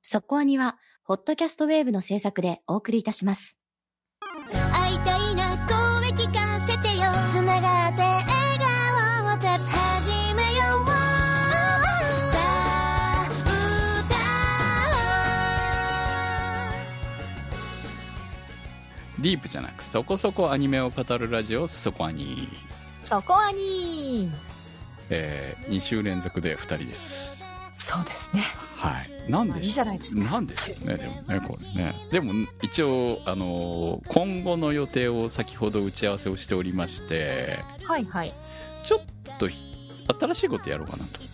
そこアニはホットキャストウェーブの制作でお送りいたします。 会いたいな、声聞かせてよ。つながって笑顔を始めよう。さあ歌ディープじゃなくそこそこアニメを語るラジオ、そこアニ。 そこアニ 2週連続で2人です。 そうですね。 はい。なんでしょう、 いいじゃないですか。 なんでしょうね。でもね、これね。でも一応今後の予定を先ほど打ち合わせをしておりまして、 はいはい。 ちょっと新しいことやろうかなと。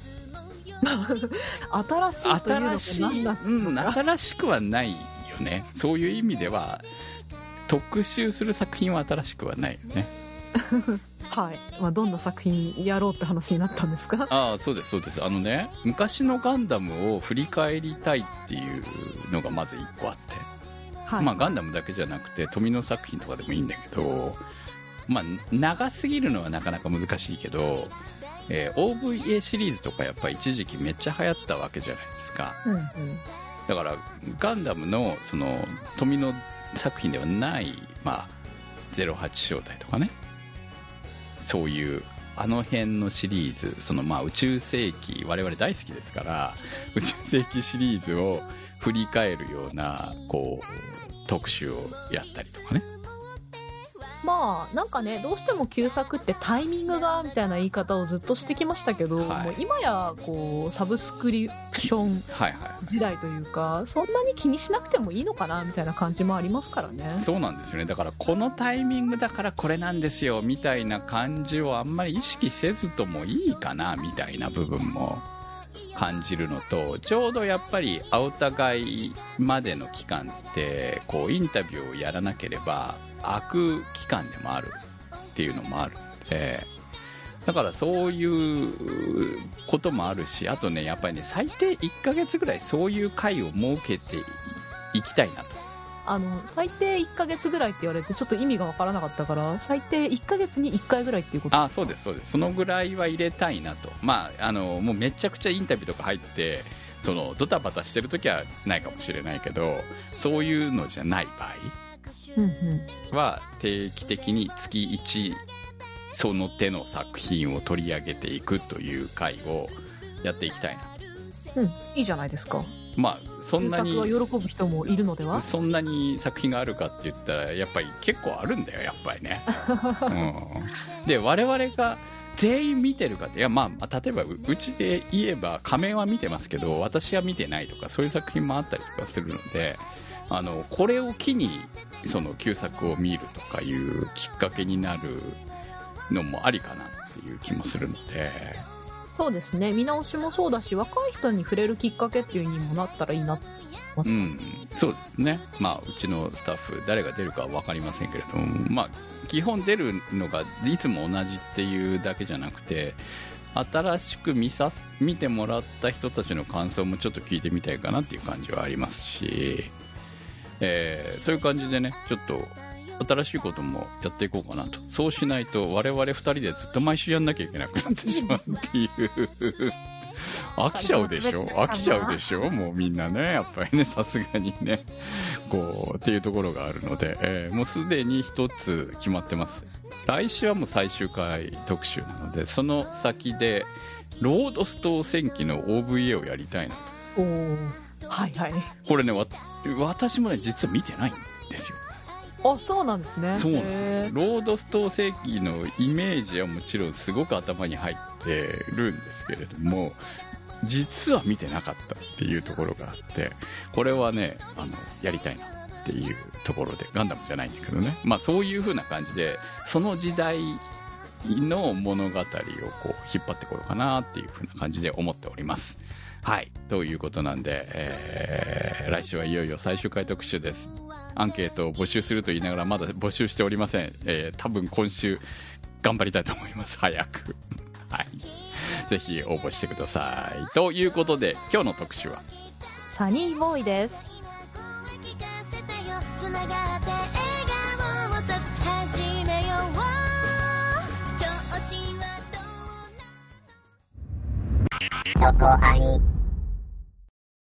新しいというのが何だったのか。 新しくはないよね。そういう意味では特集する作品は新しくはないよね。 はい、まあ、どんな作品やろうって話になったんですか？ ああ、そうですそうです。昔のガンダムを振り返りたいっていうのがまず1個あって、はい、まあガンダムだけじゃなくて富野作品とかでもいいんだけど、まあ長すぎるのはなかなか難しいけど、OVA シリーズとかやっぱり一時期めっちゃ流行ったわけじゃないですか、うんうん、だからガンダムのその富野作品ではない、まあ、08正体とかね、そういうあの辺のシリーズ、そのまあ宇宙世紀、我々大好きですから宇宙世紀シリーズを振り返るようなこう特集をやったりとかね。 まあなんかね、どうしても旧作ってタイミングがみたいな言い方をずっとしてきましたけど、はい、もう今やこうサブスクリプション時代というか、はいはい、そんなに気にしなくてもいいのかなみたいな感じもありますからね。 そうなんですよね。だからこのタイミングだからこれなんですよみたいな感じをあんまり意識せずともいいかなみたいな部分も感じるのと、ちょうどやっぱりお互いまでの期間ってこうインタビューをやらなければ空く期間でもあるっていうのもあるんで、だからそういうこともあるし、あとねやっぱりね最低1ヶ月ぐらいそういう会を設けていきたいなと。 最低1ヶ月ぐらいって言われてちょっと意味がわからなかったから、最低1ヶ月に1回ぐらいっていうことですか？ あ、そうですそうです。そのぐらいは入れたいなと。まあもうめちゃくちゃインタビューとか入ってそのドタバタしてる時はないかもしれないけど、そういうのじゃない場合は定期的に月1その手の作品を取り上げていくという回をやっていきたいな。 うん、いいじゃないですか。 まあそんなに作は喜ぶ人もいるのでは。 そんなに作品があるかって言ったらやっぱり結構あるんだよやっぱりね、うん、で我々が全員見てるかって、いやまあ例えばうちで言えば仮面は見てますけど私は見てないとかそういう作品もあったりとかするので、これを機にその旧作を見るとかいうきっかけになるのもありかなっていう気もするので。 そうですね、見直しもそうだし若い人に触れるきっかけっていうにもなったらいいなって思います、 うん、そうですね。まあうちのスタッフ誰が出るかは分かりませんけれども、まあ基本出るのがいつも同じっていうだけじゃなくて、新しく見てもらった人たちの感想もちょっと聞いてみたいかなっていう感じはありますし、そういう感じでねちょっと新しいこともやっていこうかなと。そうしないと我々2人でずっと毎週やんなきゃいけなくなってしまうっていう飽きちゃうでしょもうみんなねやっぱりねさすがにねこうっていうところがあるので、もうすでに一つ決まってます。来週はもう最終回特集なので、その先でロードストー戦記の OVA をやりたいなと。 はいはい。 これね私もね実は見てないんですよ。 あ、そうなんですね。 そうなんです。ロードストー世紀のイメージはもちろんすごく頭に入ってるんですけれども、実は見てなかったっていうところがあって、これはねやりたいなっていうところで、ガンダムじゃないんだけどね、まあそういう風な感じでその時代の物語をこう引っ張ってこようかなっていう風な感じで思っております。はい、ということなんで、来週はいよいよ最終回特集です。アンケートを募集すると言いながらまだ募集しておりません。多分今週頑張りたいと思います。早くはい、ぜひ応募してください。ということで今日の特集はサニーボーイです。 つながって笑顔を始めよう。調子はどうな。そこアニ。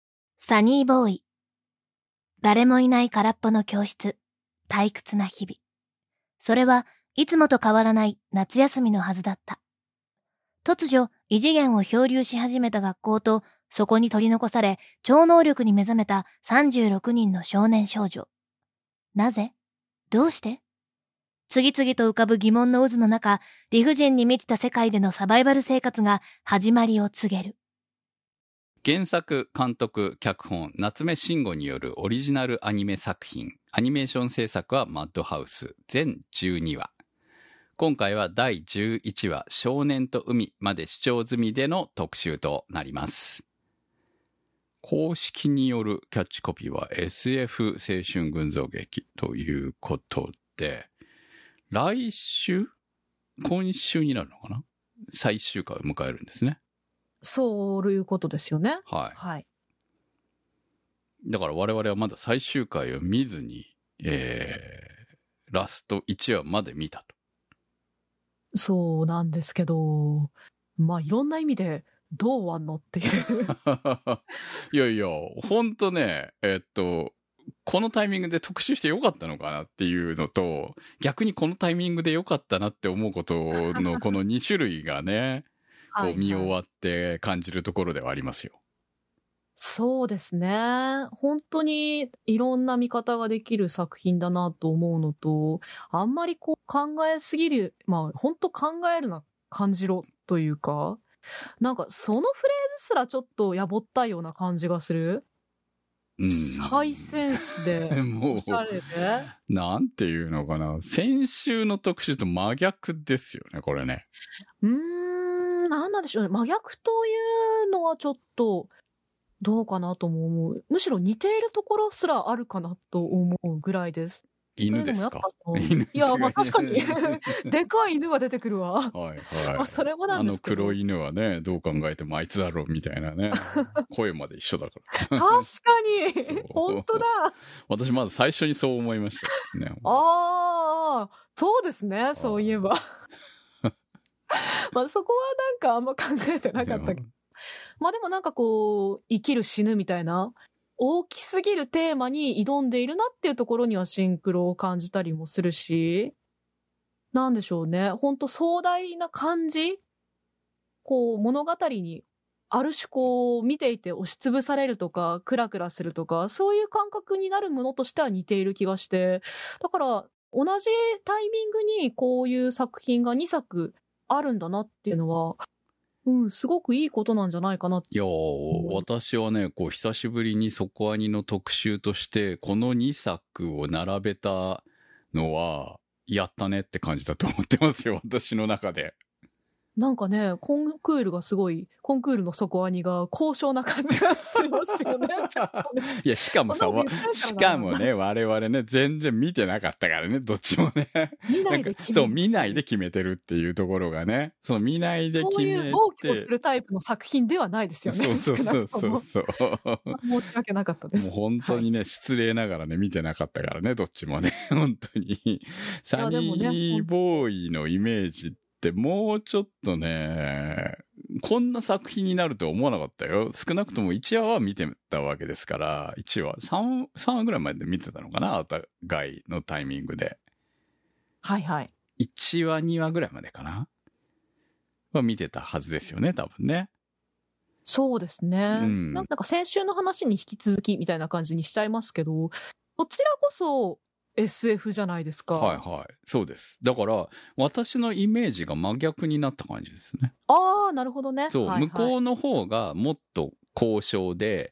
サニーボーイ。誰もいない空っぽの教室。退屈な日々。それはいつもと変わらない夏休みのはずだった。突如、異次元を漂流し始めた学校と、そこに取り残され、超能力に目覚めた36人の少年少女。なぜ？どうして？次々と浮かぶ疑問の渦の中、理不尽に満ちた世界でのサバイバル生活が始まりを告げる。 原作、監督、脚本、夏目慎吾によるオリジナルアニメ作品。アニメーション制作はマッドハウス。全12話。今回は第11話、少年と海まで視聴済みでの特集となります。公式によるキャッチコピーは SF 青春群像劇ということで、来週？今週になるのかな？最終回を迎えるんですね。 そういうことですよね。 はい。 はい。 だから我々はまだ最終回を見ずに、ラスト1話まで見たと。 そうなんですけど、まあいろんな意味でどう終わんのっていう。 いやいや、ほんとね、このタイミングで特集してよかったのかなっていうのと、逆にこのタイミングでよかったなって思うことのこの2種類がね、こう見終わって感じるところではありますよ。 そうですね。本当にいろんな見方ができる作品だなと思うのと、あんまりこう考えすぎる、まあ本当考えるな感じろというか、なんかそのフレーズすらちょっとやぼったいような感じがする。ハイセンスで、 もう、 おしゃれで。 なんていうのかな。先週の特集と真逆ですよね、これね。 なんなんでしょうね。真逆というのはちょっと、どうかなとも思う。むしろ似ているところすらあるかなと思うぐらいです。 犬ですか？ いや、まあ確かに。でかい犬が出てくるわ。 はいはい。 まあそれもなんですけど。 黒い犬はね、どう考えてもあいつだろうみたいなね。声まで一緒だから。 確かに本当だ。 私まず最初にそう思いましたね。 ああ、そうですね、そういえば。まあそこはなんかあんま考えてなかったけど。まあでもなんかこう、生きる死ぬみたいな、大きすぎるテーマに挑んでいるなっていうところにはシンクロを感じたりもするし、なんでしょうね。ほんと壮大な感じ？こう物語にある種こう見ていて押しつぶされるとか、クラクラするとか、そういう感覚になるものとしては似ている気がして、だから同じタイミングにこういう作品が2作あるんだなっていうのは、すごくいいことなんじゃないかなって。 いや私はね、こう、久しぶりにそこアニの特集として、この2作を並べたのは、やったねって感じだと思ってますよ、私の中で。 なんかね、コンクールの底アニが高尚な感じがしますよね。 いや、しかもね、我々ね、全然見てなかったからね、どっちもね。 見ないで決めてる。 そう、見ないで決めてるっていうところがね、そう、見ないで決めて。 そういう暴気をするタイプの作品ではないですよね。 そう。 申し訳なかったです。 もう本当にね、失礼ながらね、見てなかったからね、どっちもね、本当に。サニーボーイのイメージってもうちょっとね、こんな作品になるとは思わなかったよ。少なくとも1話は見てたわけですから、1話、3話ぐらいまで見てたのかな、お互いのタイミングで。 はいはい。 1話、2話ぐらいまでかなは見てたはずですよね、多分ね。 そうですね。なんか先週の話に引き続きみたいな感じにしちゃいますけど、こちらこそ、SF じゃないですか。 はいはい。そうです。だから、私のイメージが真逆になった感じですね。 ああ、なるほどね。 そう、 はいはい、 向こうの方がもっと高尚で、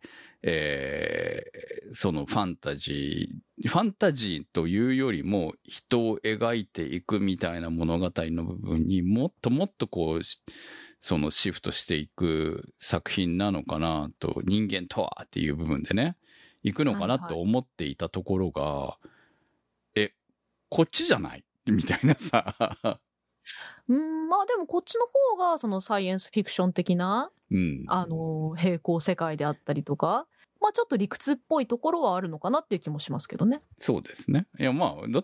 そのファンタジーというよりも人を描いていくみたいな物語の部分にもっともっとこう、そのシフトしていく作品なのかなと、人間とはっていう部分でね、行くのかなと思っていたところが、はいはい、こっちじゃないみたいなさ。まあでもこっちの方がそのサイエンスフィクション的な、平行世界であったりとか、まあちょっと理屈っぽいところはあるのかなっていう気もしますけどね。 そうですね。いやまあ、だって、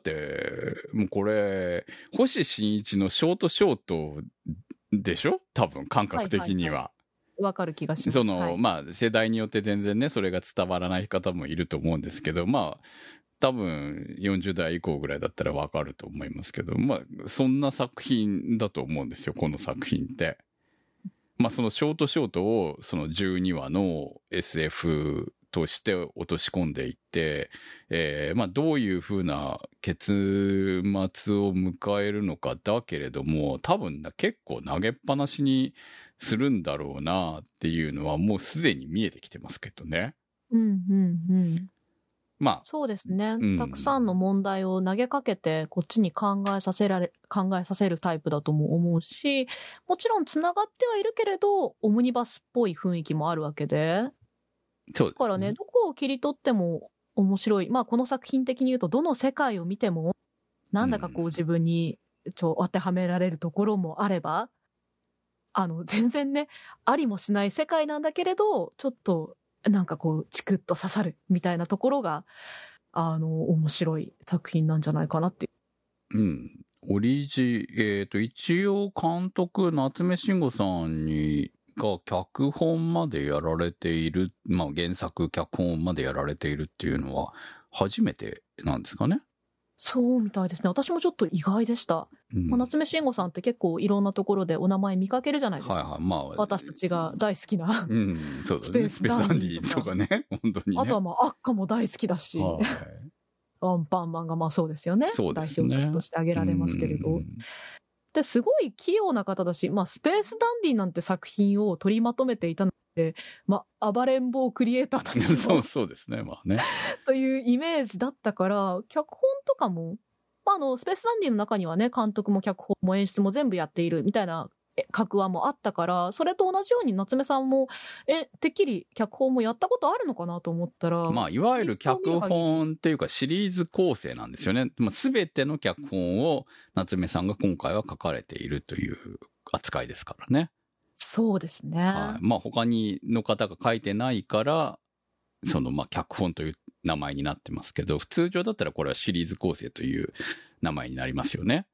もうこれ、星新一のショートでしょ多分、感覚的には。 わかる気がします。 まあ世代によって全然ね、それが伝わらない方もいると思うんですけど、まあ、多分40代以降ぐらいだったらわかると思いますけど、まあ、そんな作品だと思うんですよ、この作品って。まあ、そのショートをその12話の SF として落とし込んでいって、まあ、どういうふうな結末を迎えるのかだけれども、多分結構投げっぱなしにするんだろうなっていうのはもうすでに見えてきてますけどね。まあ、 そうですね、たくさんの問題を投げかけてこっちに考えさせるタイプだとも思うし、もちろんつながってはいるけれどオムニバスっぽい雰囲気もあるわけで、 そうですね、 だからね、どこを切り取っても面白い。まあこの作品的に言うとどの世界を見てもなんだかこう自分に当てはめられるところもあれば、全然ねありもしない世界なんだけれどちょっとなんかこうチクッと刺さるみたいなところが面白い作品なんじゃないかなって。 一応監督夏目慎吾さんが脚本までやられている、まあ原作脚本までやられているっていうのは初めてなんですかね。 そうみたいですね。私もちょっと意外でした。夏目慎吾さんって結構いろんなところでお名前見かけるじゃないですか。私たちが大好きな、 そうだね、スペースダンディとかね、本当にね。 あとはまあアッカも大好きだし、アンパンマンがまあそうですよね。代表作として挙げられますけれど。ですごい器用な方だし、まあスペースダンディなんて作品を取りまとめていたので、まあ暴れん坊クリエイターたちのそうですね、まあね。 というイメージだったから、脚本とかも、まあ、スペースダンディの中にはね、監督も脚本も演出も全部やっているみたいな格話もあったから、それと同じように夏目さんもてっきり脚本もやったことあるのかなと思ったら、 まあいわゆる脚本っていうかシリーズ構成なんですよね。まあ、全ての脚本を夏目さんが今回は書かれているという扱いですからね。 そうですね。 まあ他の方が書いてないからまあ脚本という名前になってますけど、普通上だったらこれはシリーズ構成という名前になりますよね。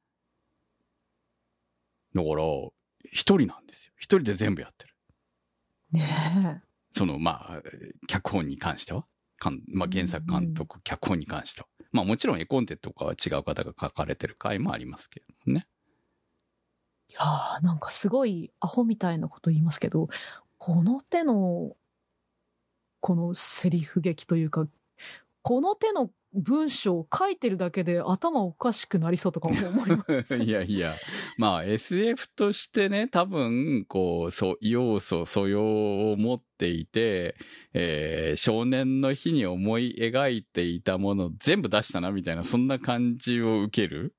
だから一人なんですよ。一人で全部やってる。 ねえ。 まあ脚本に関しては、まあ原作監督、脚本に関しては、まあもちろん絵コンテとかは違う方が書かれてる回もありますけどね。 いやー、なんかすごいアホみたいなこと言いますけど、この手のこのセリフ劇というか、この手の文章を書いてるだけで頭おかしくなりそうとか思います。 いやいや、まあ SF としてね、多分要素素養を持っていて、少年の日に思い描いていたもの全部出したなみたいな、そんな感じを受ける。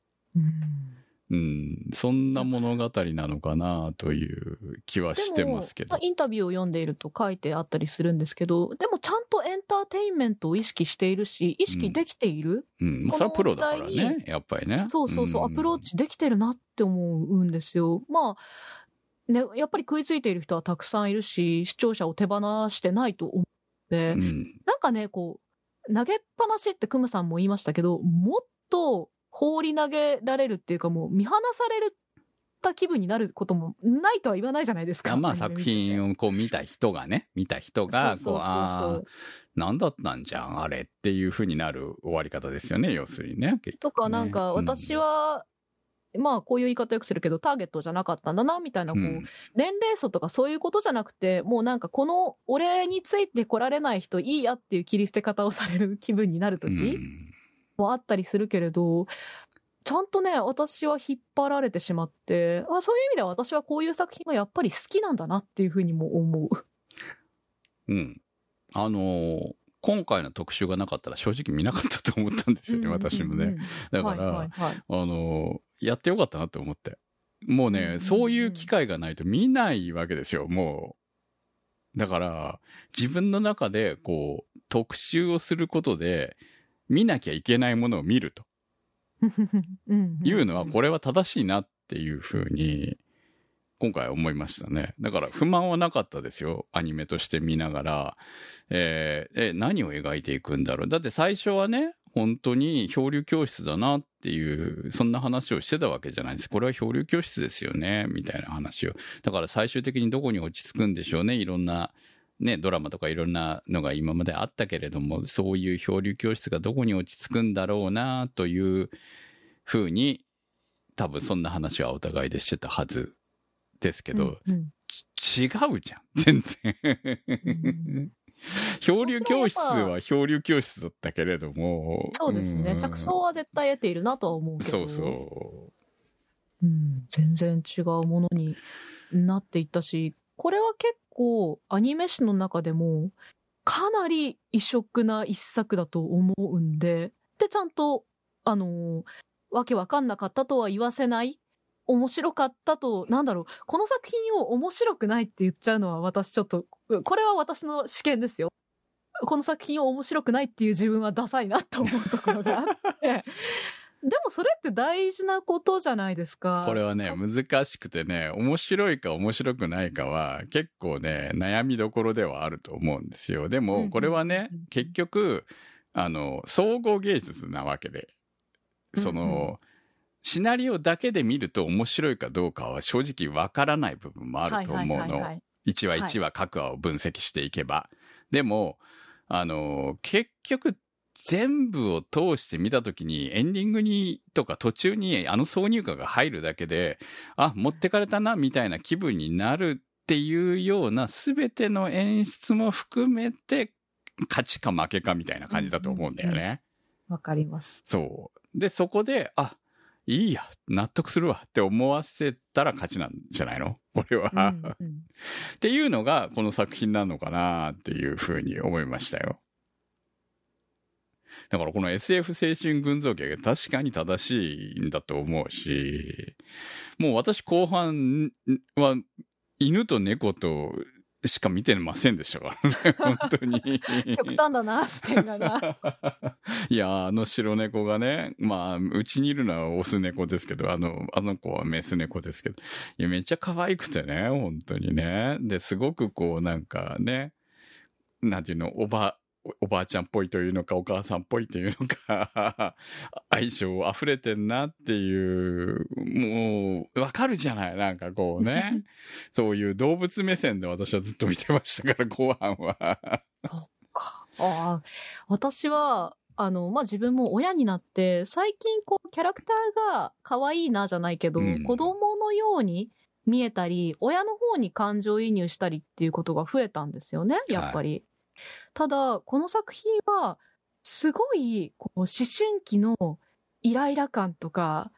そんな物語なのかなという気はしてますけど。 インタビューを読んでいると書いてあったりするんですけど、でもちゃんとエンターテインメントを意識しているし、意識できている。 それはプロだからね、やっぱりね。 そう、アプローチできてるなって思うんですよ。まあ、ね、やっぱり食いついている人はたくさんいるし、視聴者を手放してないと思って、なんかね、投げっぱなしってクムさんも言いましたけど、もっと、放り投げられるっていうか、もう見放された気分になることもないとは言わないじゃないですか。 まあ作品を見た人が何だったんじゃんあれっていう風になる終わり方ですよね、要するにね。 とかなんか私は、まあこういう言い方よくするけどターゲットじゃなかったんだなみたいな、年齢層とかそういうことじゃなくて、もうなんかこの俺について来られない人いいやっていう切り捨て方をされる気分になるとき、もあったりするけれど、ちゃんとね、私は引っ張られてしまって、そういう意味では私はこういう作品がやっぱり好きなんだなっていうふうにも思う。 今回の特集がなかったら正直見なかったと思ったんですよね、私もね。だから、やってよかったなと思って。もうね、そういう機会がないと見ないわけですよ、もう。だから、自分の中で特集をすることで、見なきゃいけないものを見るというのは、これは正しいなっていうふうに今回思いましたね。だから不満はなかったですよ、アニメとして見ながら。何を描いていくんだろう。だって最初はね、 本当に漂流教室だなっていう、そんな話をしてたわけじゃないです。これは漂流教室ですよね、みたいな話を。だから最終的にどこに落ち着くんでしょうね。いろんな、ね、ドラマとかいろんなのが今まであったけれども、そういう漂流教室がどこに落ち着くんだろうな、というふうに、多分そんな話はお互いでしてたはずですけど、違うじゃん、全然。漂流教室は漂流教室だったけれども。 そうですね。着想は絶対得ているなとは思うけど。 そうそう。 全然違うものになっていったし、これは結構アニメ史の中でもかなり異色な一作だと思うんで、で、ちゃんと、わけわかんなかったとは言わせない。面白かったと、この作品を面白くないって言っちゃうのは私ちょっと、これは私の試験ですよ。この作品を面白くないっていう自分はダサいなと思うところがあって。でもそれって大事なことじゃないですか。 これはね、難しくてね、面白いか面白くないかは結構ね、悩みどころではあると思うんですよ。でも、これはね、結局、総合芸術なわけで、シナリオだけで見ると面白いかどうかは正直わからない部分もあると思うの。1話1話各話を分析していけば。でも、結局全部を通して見たときにエンディングにとか途中に挿入歌が入るだけで、あ、持ってかれたなみたいな気分になるっていうような全ての演出も含めて勝ちか負けかみたいな感じだと思うんだよね。 わかります。 そう。で、そこで、いいや、納得するわって思わせたら勝ちなんじゃないのこれは、っていうのがこの作品なのかなっていうふうに思いましたよ。だからこの SF 青春群像劇が確かに正しいんだと思うし、もう私後半は犬と猫としか見てませんでしたからね、本当に。 極端だな、視点がな。 いや、白猫がね、まあ、うちにいるのはオス猫ですけど、あの子はメス猫ですけど、いや、めっちゃ可愛くてね、本当にね。で、すごくこう、なんかね、なんていうの、おばあちゃんっぽいというのか、お母さんっぽいというのか、相性溢れてんなっていう、もう、わかるじゃないなんかこうね。そういう動物目線で私はずっと見てましたから、後半は。 そっか。私は、自分も親になって、最近こう、キャラクターが可愛いなじゃないけど、子供のように見えたり、親の方に感情移入したりっていうことが増えたんですよね、やっぱり。はい、ただ、この作品は、すごい、こう、思春期のイライラ感とか、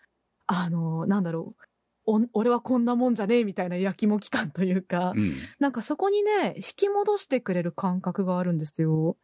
俺はこんなもんじゃねえみたいなやきもき感というか、なんかそこにね、引き戻してくれる感覚があるんですよ。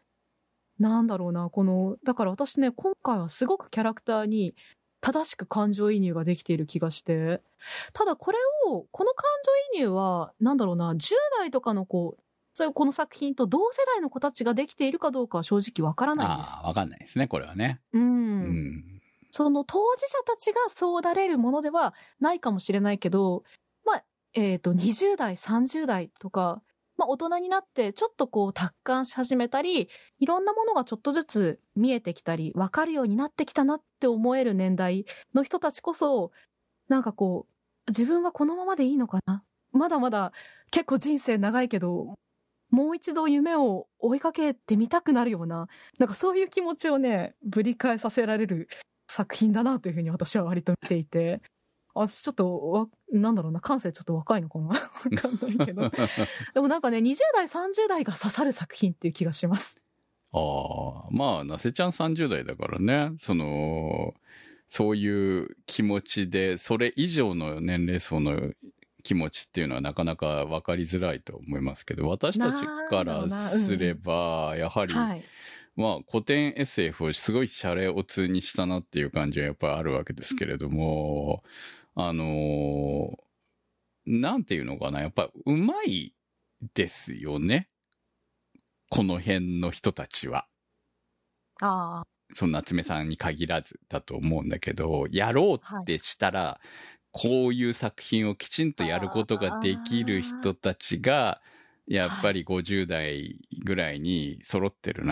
だから私ね、今回はすごくキャラクターに正しく感情移入ができている気がして、ただこの感情移入は、10代とかの子、この作品と同世代の子たちができているかどうかは正直わからないんです。 わかんないですね、これはね。 その当事者たちがそうなれるものではないかもしれないけど、20代、30代とか、大人になってちょっとこう達観し始めたり、いろんなものがちょっとずつ見えてきたり、わかるようになってきたなって思える年代の人たちこそ、なんかこう、自分はこのままでいいのかな？まだまだ結構人生長いけど、もう一度夢を追いかけてみたくなるような、なんかそういう気持ちをね、ぶり返させられる作品だなというふうに私は割と見ていて、私ちょっと、感性ちょっと若いのかなわかんないけど。でもなんかね、20代、30代が刺さる作品っていう気がします。 まあ、なせちゃん30代だからね、そういう気持ちで、それ以上の年齢層の気持ちっていうのはなかなか分かりづらいと思いますけど、私たちからすれば、やはり、古典 SF をすごいシャレオツにしたなっていう感じはやっぱりあるわけですけれども、なんていうのかな、やっぱうまいですよね。この辺の人たちは。その夏目さんに限らずだと思うんだけど、やろうってしたら、こういう作品をきちんとやることができる人たちが、やっぱり50代ぐらいに揃ってるなっ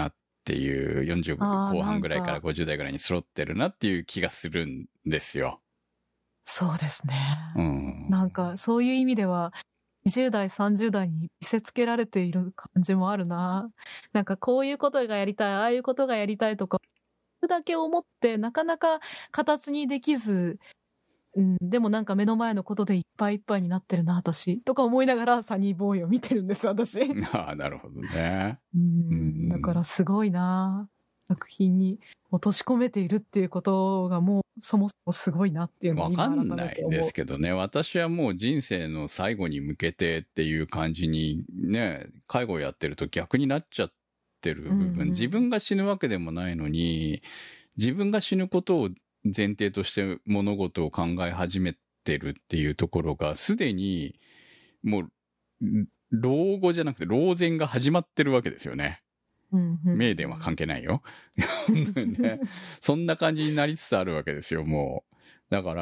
っていう40後半ぐらいから50代ぐらいに揃ってるなっていう気がするんですよ。 そうですね。なんかそういう意味では20代30代に見せつけられている感じもあるな。なんかこういうことがやりたい、ああいうことがやりたいとかだけ思ってなかなか形にできず、でもなんか目の前のことでいっぱいいっぱいになってるな私とか思いながらサニーボーイを見てるんです私。 ああ、なるほどね。 だからすごいな、作品に落とし込めているっていうことがもうそもそもすごいなっていうのを今改めて思う。 わかんないですけどね、私はもう人生の最後に向けてっていう感じにね、介護をやってると逆になっちゃってる部分、自分が死ぬわけでもないのに、自分が死ぬことを前提として物事を考え始めてるっていうところがすでにもう老後じゃなくて老前が始まってるわけですよね。名電は関係ないよ。ね、そんな感じになりつつあるわけですよ、もう。だから、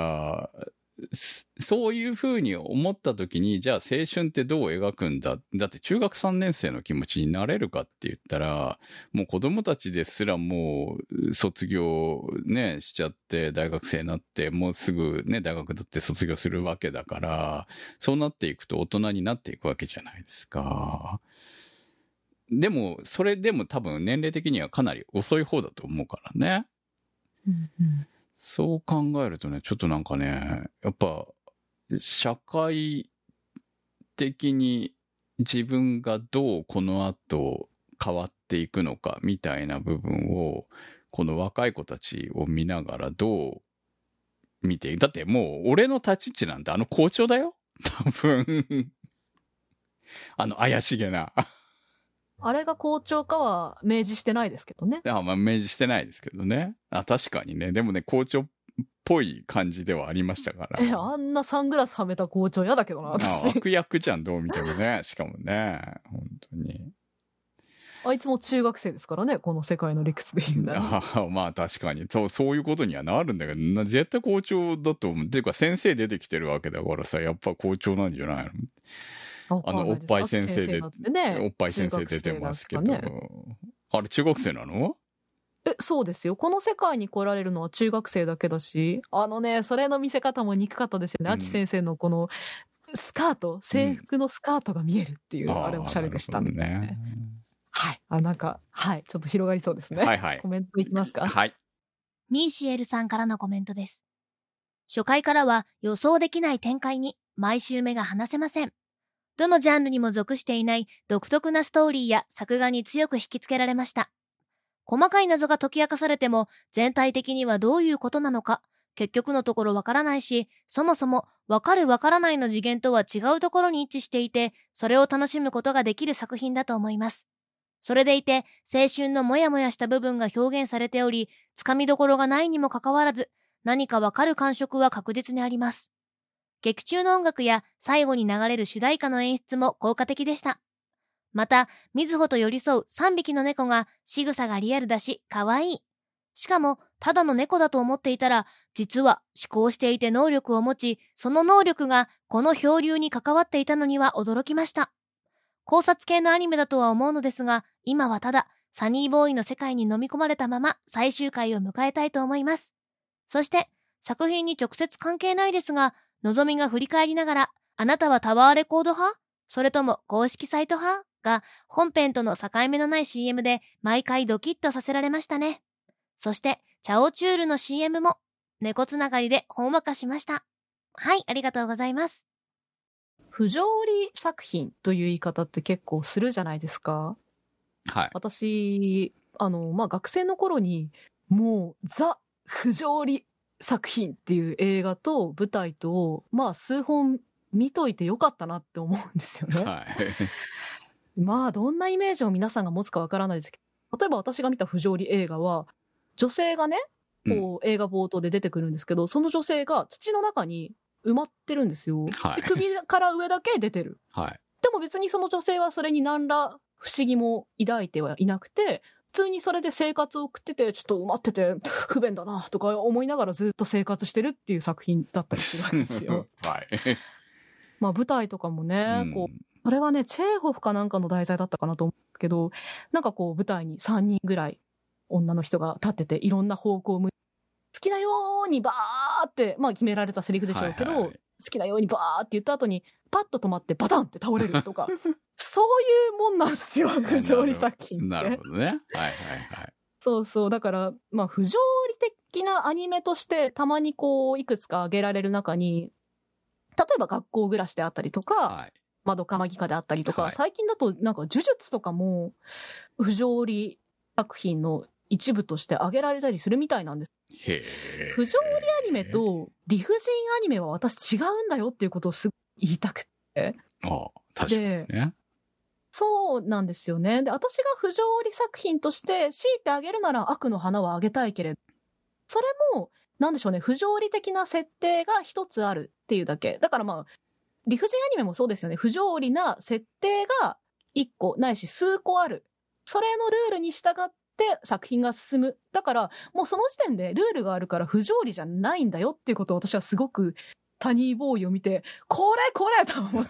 そういうふうに思った時に、じゃあ青春ってどう描くんだ。だって中学3年生の気持ちになれるかって言ったら、もう子供たちですらもう卒業ね、しちゃって大学生になって、もうすぐね、大学だって卒業するわけだから、そうなっていくと大人になっていくわけじゃないですか。でも、それでも多分年齢的にはかなり遅い方だと思うからね。そう考えるとね、ちょっとなんかね、やっぱ、社会的に自分がどうこの後変わっていくのかみたいな部分を、この若い子たちを見ながらどう見て、だってもう俺の立ち位置なんて校長だよ多分。怪しげな。 あれが校長かは明示してないですけどね。 まあ明示してないですけどね。確かにね。でもね、校長っぽい感じではありましたから。 あんなサングラスはめた校長嫌だけどな、私。 悪役じゃん、どう見てもね。しかもね、本当に。 あいつも中学生ですからね、この世界の理屈で言うなら。 まあ確かにそういうことにはなるんだけど、絶対校長だと思う。っていうか先生出てきてるわけだからさ、やっぱ校長なんじゃないの？おっぱい先生で、おっぱい先生出てますけど、あれ中学生なの？ そうですよ。この世界に来られるのは中学生だけだし、それの見せ方も憎かったですよね。秋先生のこのスカート、制服のスカートが見えるっていう、あれおしゃれでしたね。はい。なんか、はい。ちょっと広がりそうですね。 はいはい。 コメントいきますか。 はい。 ミーシエルさんからのコメントです。初回からは予想できない展開に毎週目が離せません。どのジャンルにも属していない独特なストーリーや作画に強く引きつけられました。細かい謎が解き明かされても全体的にはどういうことなのか、結局のところわからないし、そもそもわかるわからないの次元とは違うところに一致していて、それを楽しむことができる作品だと思います。それでいて、青春のモヤモヤした部分が表現されており、つかみどころがないにもかかわらず、何かわかる感触は確実にあります。劇中の音楽や最後に流れる主題歌の演出も効果的でした。また、瑞穂と寄り添う3匹の猫が仕草がリアルだし、可愛い。しかも、ただの猫だと思っていたら、実は思考していて能力を持ち、その能力がこの漂流に関わっていたのには驚きました。考察系のアニメだとは思うのですが、今はただ、サニーボーイの世界に飲み込まれたまま最終回を迎えたいと思います。そして、作品に直接関係ないですが、のぞみが振り返りながら、あなたはタワーレコード派？それとも公式サイト派？が本編との境目のない CM で毎回ドキッとさせられましたね。そして、チャオチュールの CM も猫つながりでほんわかしました。はい、ありがとうございます。 不条理作品という言い方って結構するじゃないですか。 はい。 私、学生の頃にもうザ不条理作品っていう映画と舞台と数本見といてよかったなって思うんですよね。 はい。 どんなイメージを皆さんが持つかわからないですけど、例えば私が見た不条理映画は女性がね、映画冒頭で出てくるんですけど、その女性が土の中に埋まってるんですよ。 はい、 で首から上だけ出てる。 はい。 でも別にその女性はそれに何ら不思議も抱いてはいなくて、普通にそれで生活を送ってて、ちょっと埋まってて不便だなとか思いながらずっと生活してるっていう作品だったりするわけですよ。 はい。 まあ舞台とかもね、こう、それはね、チェーホフかなんかの題材だったかなと思うけど、なんかこう舞台に3人ぐらい女の人が立ってて、いろんな方向を向いて、好きなようにバーって、まあ決められたセリフでしょうけど、好きなようにバーって言った後に、パッと止まってバタンって倒れるとか、そういうもんなんですよ、不条理作品って。 なるほどね。はいはいはい。 そうそう。だから、まあ不条理的なアニメとして、たまにこう、いくつか挙げられる中に、例えば学校暮らしであったりとか、はい、窓かマギカであったりとか、はい、最近だとなんか呪術とかも不条理作品の一部として挙げられたりするみたいなんです。不条理アニメと理不尽アニメは私違うんだよっていうことをすごい言いたくて。 ああ、確かにね。 そうなんですよね。で、私が不条理作品として強いてあげるなら悪の花はあげたいけれど、それもなんでしょうね、不条理的な設定が一つあるっていうだけ。だからまあ、理不尽アニメもそうですよね。不条理な設定が一個ないし数個ある。それのルールに従って作品が進む。だから、もうその時点でルールがあるから不条理じゃないんだよっていうことを私はすごくサニーボーイを見て、これと思って。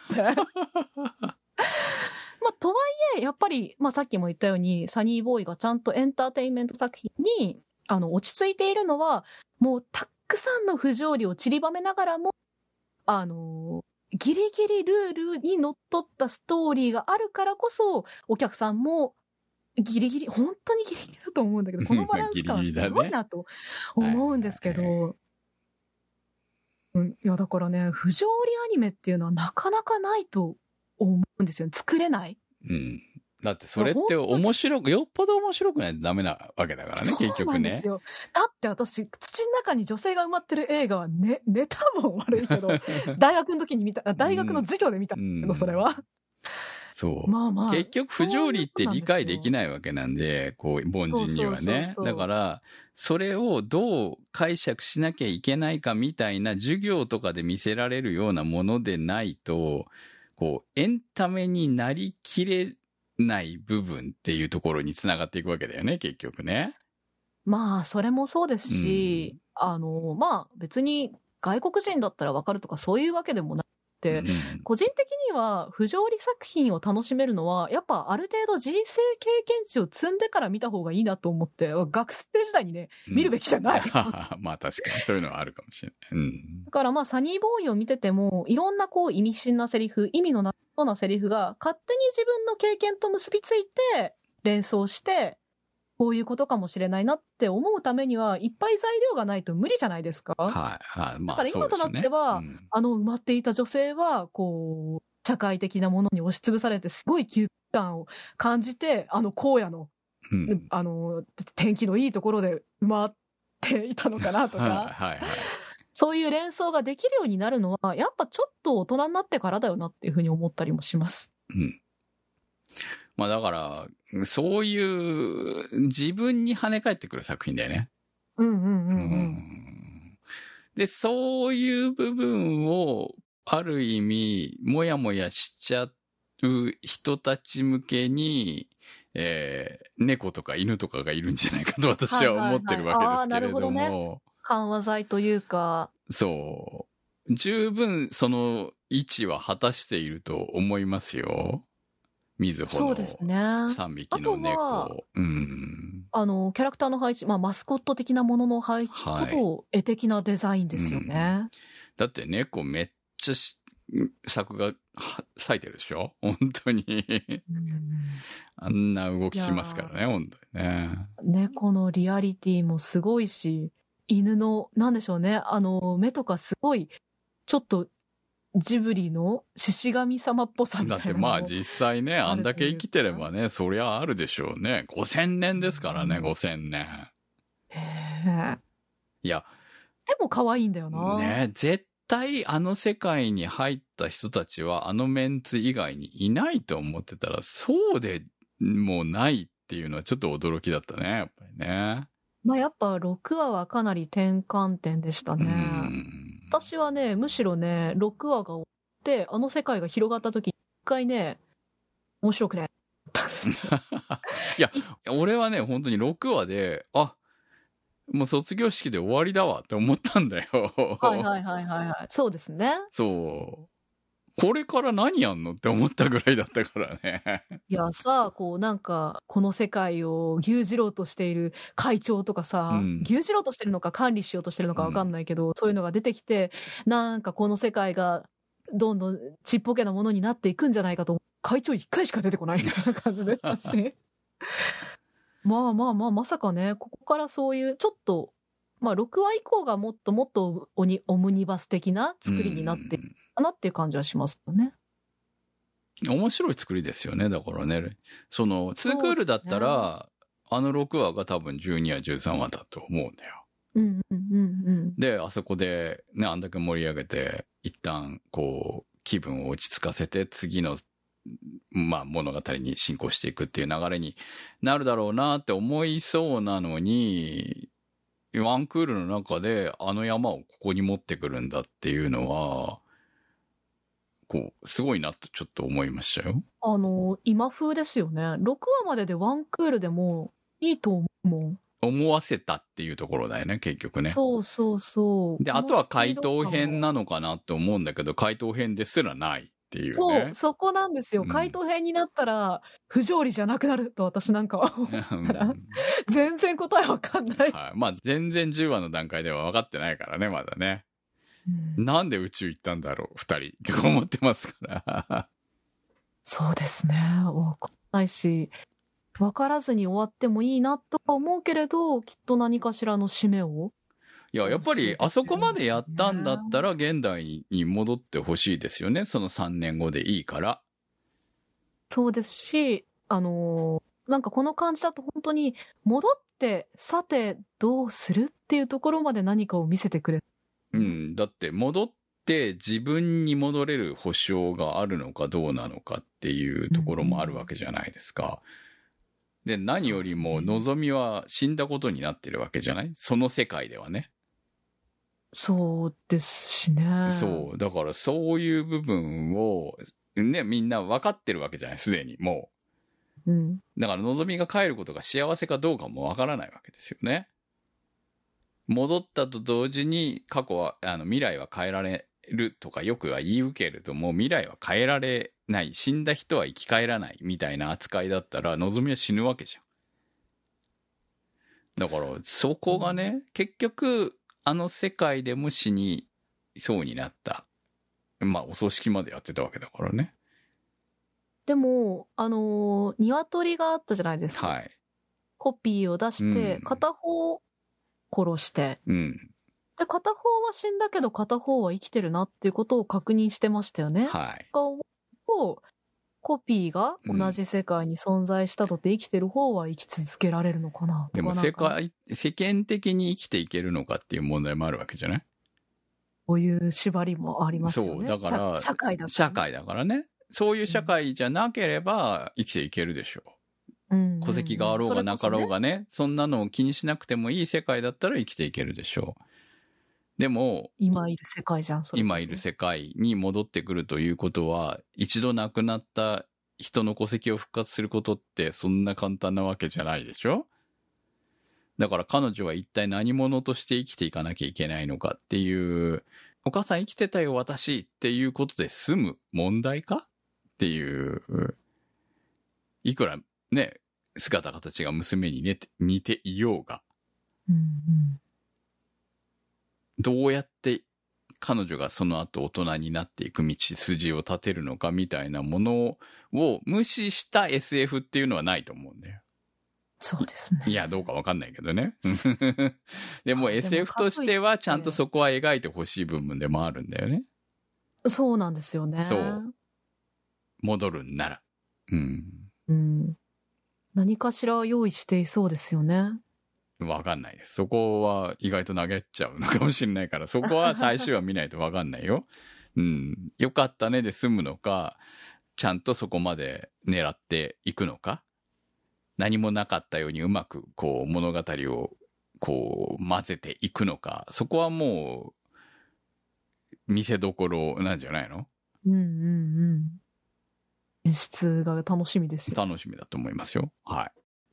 まあ、とはいえ、やっぱり、まあさっきも言ったように、サニーボーイがちゃんとエンターテインメント作品に、落ち着いているのは、もうたくさんの不条理を散りばめながらも、ギリギリルールにのっとったストーリーがあるからこそ、お客さんもギリギリ、本当にギリギリだと思うんだけど、このバランス感はすごいなと思うんですけど、いやだからね、不条理アニメっていうのはなかなかないと思うんですよね。作れない。 うん。だってそれって面白く、よっぽど面白くないとダメなわけだからね、結局ね。そうなんですよ。 だって私、土の中に女性が埋まってる映画はネタも悪いけど、大学の時に見た、大学の授業で見たけど、それは。 そう。まあまあ。結局不条理って理解できないわけなんで、こう、凡人にはね。だから、それをどう解釈しなきゃいけないかみたいな授業とかで見せられるようなものでないと、こう、エンタメになりきれない部分っていうところにつながっていくわけだよね、結局ね。 まあ、それもそうですし、まあ、別に外国人だったらわかるとかそういうわけでもなくて、個人的には不条理作品を楽しめるのは、やっぱある程度人生経験値を積んでから見た方がいいなと思って、学生時代にね、見るべきじゃない。 まあ確かにそういうのはあるかもしれない。 だからまあサニーボーイを見てても、いろんなこう意味深なセリフ、意味のなさそうなセリフが勝手に自分の経験と結びついて連想して、こういうことかもしれないなって思うためにはいっぱい材料がないと無理じゃないですか。 はい。 まあ、だから今となっては、埋まっていた女性は、こう、社会的なものに押しつぶされて、すごい窮感を感じて、荒野の、天気のいいところで埋まっていたのかなとか、そういう連想ができるようになるのは、やっぱちょっと大人になってからだよなっていうふうに思ったりもします。 まあだから、そういう自分に跳ね返ってくる作品だよね。で、そういう部分をある意味、もやもやしちゃう人たち向けに、猫とか犬とかがいるんじゃないかと私は思ってるわけですけれども。 緩和剤というか。 そう。十分その位置は果たしていると思いますよ。水穂の3匹の猫。 キャラクターの配置、まあマスコット的なものの配置と、絵的なデザインですよね。 だって猫めっちゃ作が咲いてるでしょ本当に。あんな動きしますからね、本当にね。 猫のリアリティもすごいし、犬の、なんでしょうね、目とかすごい、ちょっと、ジブリの獅子神様っぽさみたいな。 だってまあ実際ね、あんだけ生きてればね、そりゃあるでしょうね。5000年ですからね、5000年。いや。 でも可愛いんだよな。 ね、絶対あの世界に入った人たちはあのメンツ以外にいないと思ってたら、そうでもないっていうのはちょっと驚きだったね、やっぱりね。 まあやっぱ6話はかなり転換点でしたね。私はね、むしろね、6話が終わって、あの世界が広がった時に一回ね、面白くね。 いや、俺はね、本当に6話で、もう卒業式で終わりだわって思ったんだよ。 はい。そうですね。 そう。 これから何やんのって思ったぐらいだったからね。 いやさ、こうなんか、この世界を牛耳ろうとしている会長とかさ、牛耳ろうとしてるのか管理しようとしてるのかわかんないけど、そういうのが出てきて、なんかこの世界がどんどんちっぽけなものになっていくんじゃないかと、会長1回しか出てこないみたいな感じでしたし。まさかね、ここからそういう、ちょっと、6話以降がもっともっとオムニバス的な作りになっていくかなっていう感じはしますよね。 面白い作りですよね。だからね。その、2クールだったら、あの6話が多分12話、13話だと思うんだよ。で、あそこでね、あんだけ盛り上げて、一旦、こう、気分を落ち着かせて、次の、物語に進行していくっていう流れになるだろうなって思いそうなのに、ワンクールの中であの山をここに持ってくるんだっていうのは、こう、すごいなとちょっと思いましたよ。 今風ですよね。6話まででワンクールでもいいと思うもん。 思わせたっていうところだよね、結局ね。 そう。 で、あとは回答編なのかなって思うんだけど、回答編ですらないっていうね。 そう、そこなんですよ。回答編になったら、不条理じゃなくなると私なんかは思ったら、全然答えわかんない。 はい。全然10話の段階では分かってないからね、まだね。なんで宇宙行ったんだろう、2人とか思ってますから。 そうですね。わかんないし、分からずに終わってもいいなとか思うけれど、きっと何かしらの締めを。 いや、やっぱりあそこまでやったんだったら現代に戻ってほしいですよね。その3年後でいいから。 そうですし、なんかこの感じだと本当に戻ってさてどうするっていうところまで何かを見せてくれ。 だって戻って自分に戻れる保証があるのかどうなのかっていうところもあるわけじゃないですか。で、何よりも望みは死んだことになってるわけじゃない？その世界ではね。 そうですしね。 そう。だからそういう部分を、ね、みんな分かってるわけじゃない、すでに、もう。 だから望みが帰ることが幸せかどうかも分からないわけですよね。戻ったと同時に、過去は、未来は変えられるとかよくは言い受けると、もう未来は変えられない。死んだ人は生き返らないみたいな扱いだったら、望みは死ぬわけじゃん。だから、そこがね、結局、あの世界でも死にそうになった。お葬式までやってたわけだからね。 でも、鶏があったじゃないですか。 はい。 コピーを出して、片方殺して。で、片方は死んだけど片方は生きてるなっていうことを確認してましたよね。 はい。 コピーが同じ世界に存在したとて生きてる方は生き続けられるのかな。 でも世間的に生きていけるのかっていう問題もあるわけじゃない？ こういう縛りもありますよね。 そう、だから、 社会だからね。 そういう社会じゃなければ生きていけるでしょう。戸籍があろうがなかろうがね、そんなのを気にしなくてもいい世界だったら生きていけるでしょう。でも、 今いる世界じゃん、それ。 今いる世界に戻ってくるということは、一度亡くなった人の戸籍を復活することってそんな簡単なわけじゃないでしょ？だから彼女は一体何者として生きていかなきゃいけないのかっていう、お母さん生きてたよ私っていうことで済む問題かっていう、いくらね、姿形が娘に似ていようが、どうやって彼女がその後大人になっていく道筋を立てるのかみたいなものを無視した SF っていうのはないと思うんだよ。 そうですね。 いや、どうかわかんないけどね。でも SF としてはちゃんとそこは描いてほしい部分でもあるんだよね。 そうなんですよね。 そう。戻るんなら。 何かしら用意していそうですよね。 わかんないです。そこは意外と投げちゃうのかもしれないから、そこは最終話見ないとわかんないよ。よかったねで済むのか、ちゃんとそこまで狙っていくのか、何もなかったようにうまくこう物語をこう混ぜていくのか、そこはもう見せどころなんじゃないの？ 演出が楽しみですよ。 楽しみだと思いますよ。はい。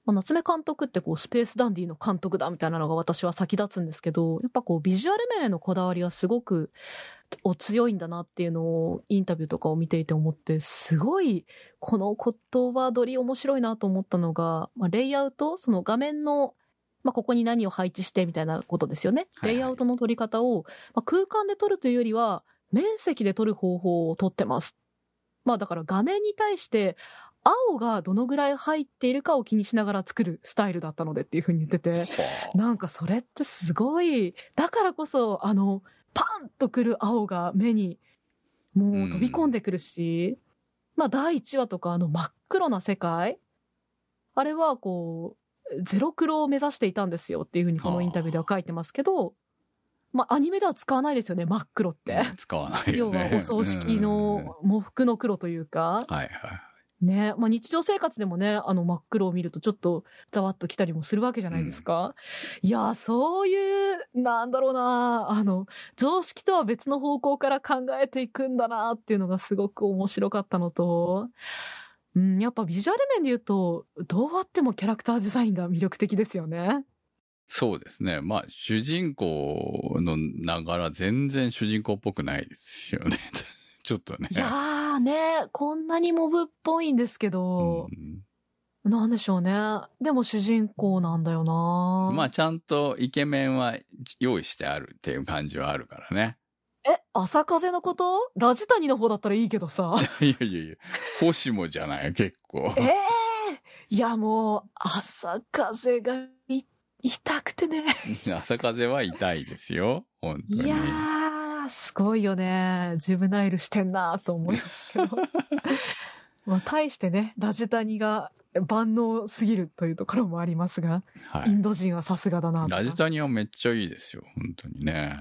夏目監督ってこうスペースダンディの監督だみたいなのが私は先立つんですけど、やっぱこうビジュアル面へのこだわりはすごくお強いんだなっていうのをインタビューとかを見ていて思って、すごいこの言葉取り面白いなと思ったのが、レイアウト、その画面の、ここに何を配置してみたいなことですよね。レイアウトの取り方を、空間で取るというよりは面積で取る方法を取ってます。だから画面に対して青がどのぐらい入っているかを気にしながら作るスタイルだったのでっていう風に言ってて、なんかそれってすごい、だからこそパンとくる青が目にもう飛び込んでくるし、第1話とか真っ黒な世界、あれはこうゼロ黒を目指していたんですよっていう風にこのインタビューでは書いてますけど、アニメでは使わないですよね、真っ黒って。 使わないよね。 要はお葬式の喪服の黒というか。 はいはい。 ね、日常生活でもね、真っ黒を見るとちょっとざわっときたりもするわけじゃないですか。いや、そういう、なんだろうな、常識とは別の方向から考えていくんだなっていうのがすごく面白かったのと、やっぱビジュアル面で言うと、どうあってもキャラクターデザインが魅力的ですよね。 そうですね。主人公のながら全然主人公っぽくないですよね。ちょっとね。 いやーね、こんなにモブっぽいんですけど、なんでしょうね。でも主人公なんだよな。 ちゃんとイケメンは用意してあるっていう感じはあるからね。 朝風のこと？ラジタニの方だったらいいけどさ。 いや、星もじゃない結構。 いやもう、朝風が痛くてね。 朝風は痛いですよ。本当に。 いやー、すごいよね。ジュブナイルしてんなと思いますけど。対してね、ラジタニが万能すぎるというところもありますが、インド人はさすがだなと。 ラジタニはめっちゃいいですよ。本当にね。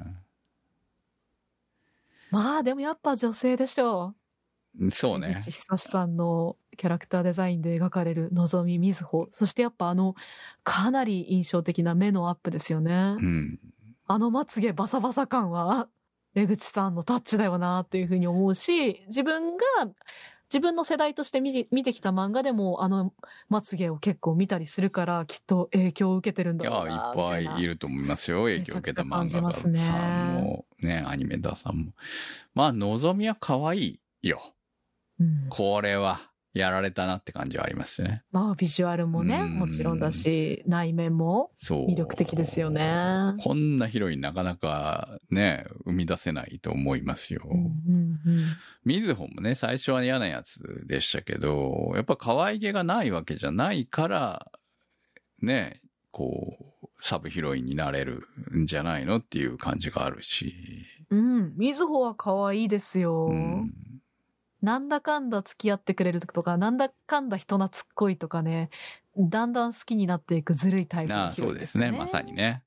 でもやっぱ女性でしょう。そうね。 江口久志さんのキャラクターデザインで描かれるのぞみみずほ。そしてやっぱかなり印象的な目のアップですよね。まつげバサバサ感は江口さんのタッチだよなっていうふうに思うし、自分の世代として見てきた漫画でもまつげを結構見たりするから、きっと影響を受けてるんだろうな。 いや、いっぱいいると思いますよ。影響を受けた漫画家さんも、ね、アニメーターさんも。のぞみは可愛いよ。これはやられたなって感じはありますね。 ビジュアルもね、もちろんだし、内面も魅力的ですよね。 こんなヒロインなかなかね、生み出せないと思いますよ。みずほもね、最初は嫌なやつでしたけど、やっぱ可愛げがないわけじゃないから、ね、こう、サブヒロインになれるんじゃないのっていう感じがあるし。 みずほは可愛いですよ。なんだかんだ付き合ってくれるとか、なんだかんだ人懐っこいとかね、だんだん好きになっていくずるいタイプのヒロインですね。 そうですね、まさにね。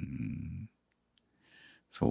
そう。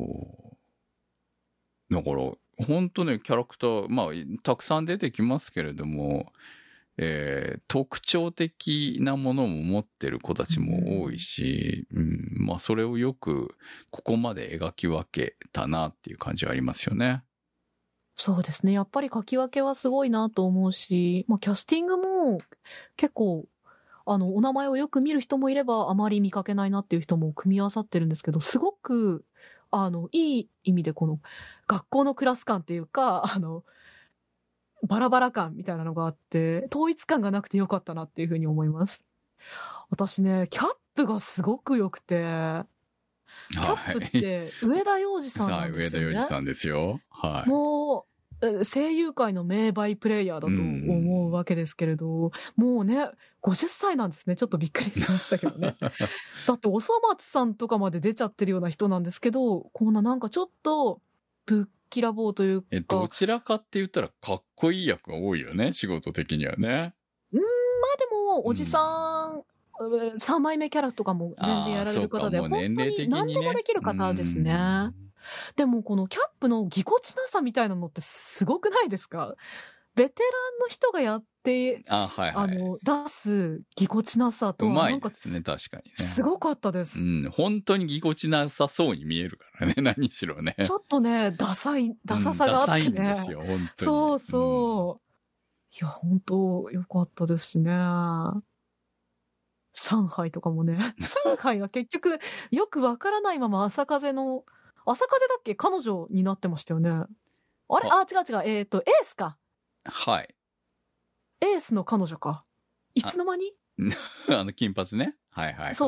だから、本当ね、キャラクター、たくさん出てきますけれども、特徴的なものも持ってる子たちも多いし、それをよくここまで描き分けたなっていう感じはありますよね。 そうですね。やっぱり書き分けはすごいなと思うし、キャスティングも結構、お名前をよく見る人もいれば、あまり見かけないなっていう人も組み合わさってるんですけど、すごく、いい意味でこの、学校のクラス感っていうか、バラバラ感みたいなのがあって、統一感がなくてよかったなっていうふうに思います。私ね、キャップがすごく良くて、キャップって上田洋次さんなんですよね。 上田洋次さんですよ。 もう声優界の名バイプレイヤーだと思うわけですけれど、もうね50歳なんですね。ちょっとびっくりしましたけどね。だっておそ松さんとかまで出ちゃってるような人なんですけど、こんななんかちょっとぶっきらぼうというか、 どちらかって言ったらかっこいい役が多いよね、仕事的にはね。 でもおじさん、3枚目キャラとかも全然やられる方で、本当に何でもできる方ですね。でもこのキャップのぎこちなさみたいなのってすごくないですか？ベテランの人がやって出すぎこちなさとはなんか、 うまいですね、確かにね。 すごかったです。 本当にぎこちなさそうに見えるからね、何しろね。 ちょっとね、ダサさがあってね。 ダサいんですよ、本当に。 そうそう。いや、本当良かったですしね。 上海とかもね。上海は結局、よくわからないまま朝風だっけ彼女になってましたよね。あれ違う。エースか。 はい。 エースの彼女か。いつの間に金髪ね。はいはい、はい。 そう。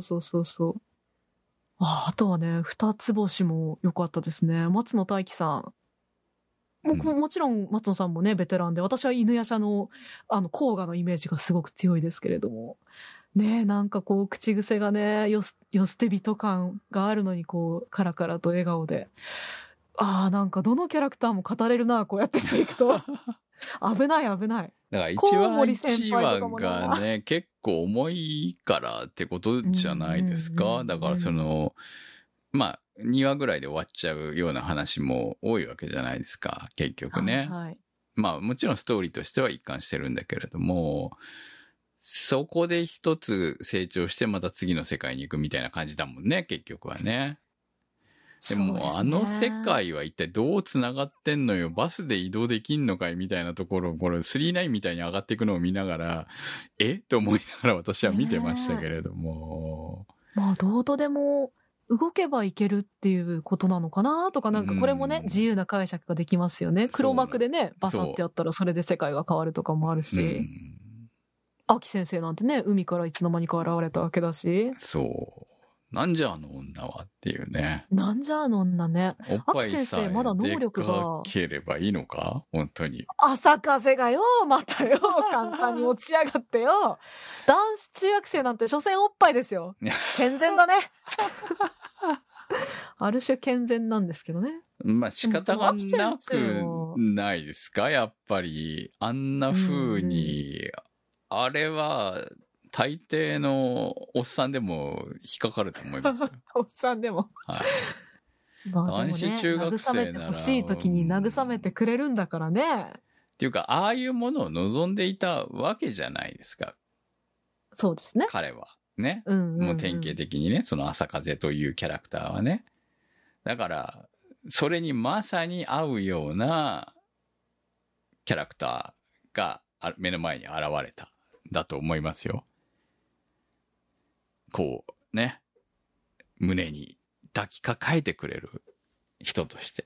あとはね、二つ星も良かったですね。松野大輝さん。もちろん松野さんもね、ベテランで、私は犬夜叉の、甲賀のイメージがすごく強いですけれども。ね、なんかこう、口癖がね、よ捨て人感があるのに、こう、カラカラと笑顔で。なんかどのキャラクターも語れるな、こうやってしていくと。危ない。だから1話がね、結構重いからってことじゃないですか。だからまあ、2話ぐらいで終わっちゃうような話も多いわけじゃないですか、結局ね。 はい。 まあ、もちろんストーリーとしては一貫してるんだけれども、そこで一つ成長してまた次の世界に行くみたいな感じだもんね、結局はね。でも、世界は一体どう繋がってんのよ、バスで移動できんのかいみたいなところ、これ39みたいに上がっていくのを見ながら、と思いながら私は見てましたけれども。 まあ、どうとでも動けばいけるっていうことなのかなとか、なんかこれもね、自由な解釈ができますよね。黒幕でね、バサってやったらそれで世界が変わるとかもあるし。秋先生なんてね、海からいつの間にか現れたわけだし。 そう。なんじゃあの女はっていうね。 なんじゃあの女ね。 おっぱいさえまだ能力がでかければいいのか本当に。 朝風がよ、またよ、簡単に落ちやがってよ。男子中学生なんて所詮おっぱいですよ。健全だね。ある種健全なんですけどね。 まあ仕方がなくないですかやっぱり。あんな風に、あれは、大抵のおっさんでも引っかかると思いますよ。 おっさんでも。 はい。まあ男子中学生なら。慰めてほしい時に慰めてくれるんだからね。 っていうか、ああいうものを望んでいたわけじゃないですか。 そうですね。 彼は。ね。もう典型的にね、その朝風というキャラクターはね。だから、それにまさに合うようなキャラクターが目の前に現れた。だと思いますよ。こうね、胸に抱きかかえてくれる人として。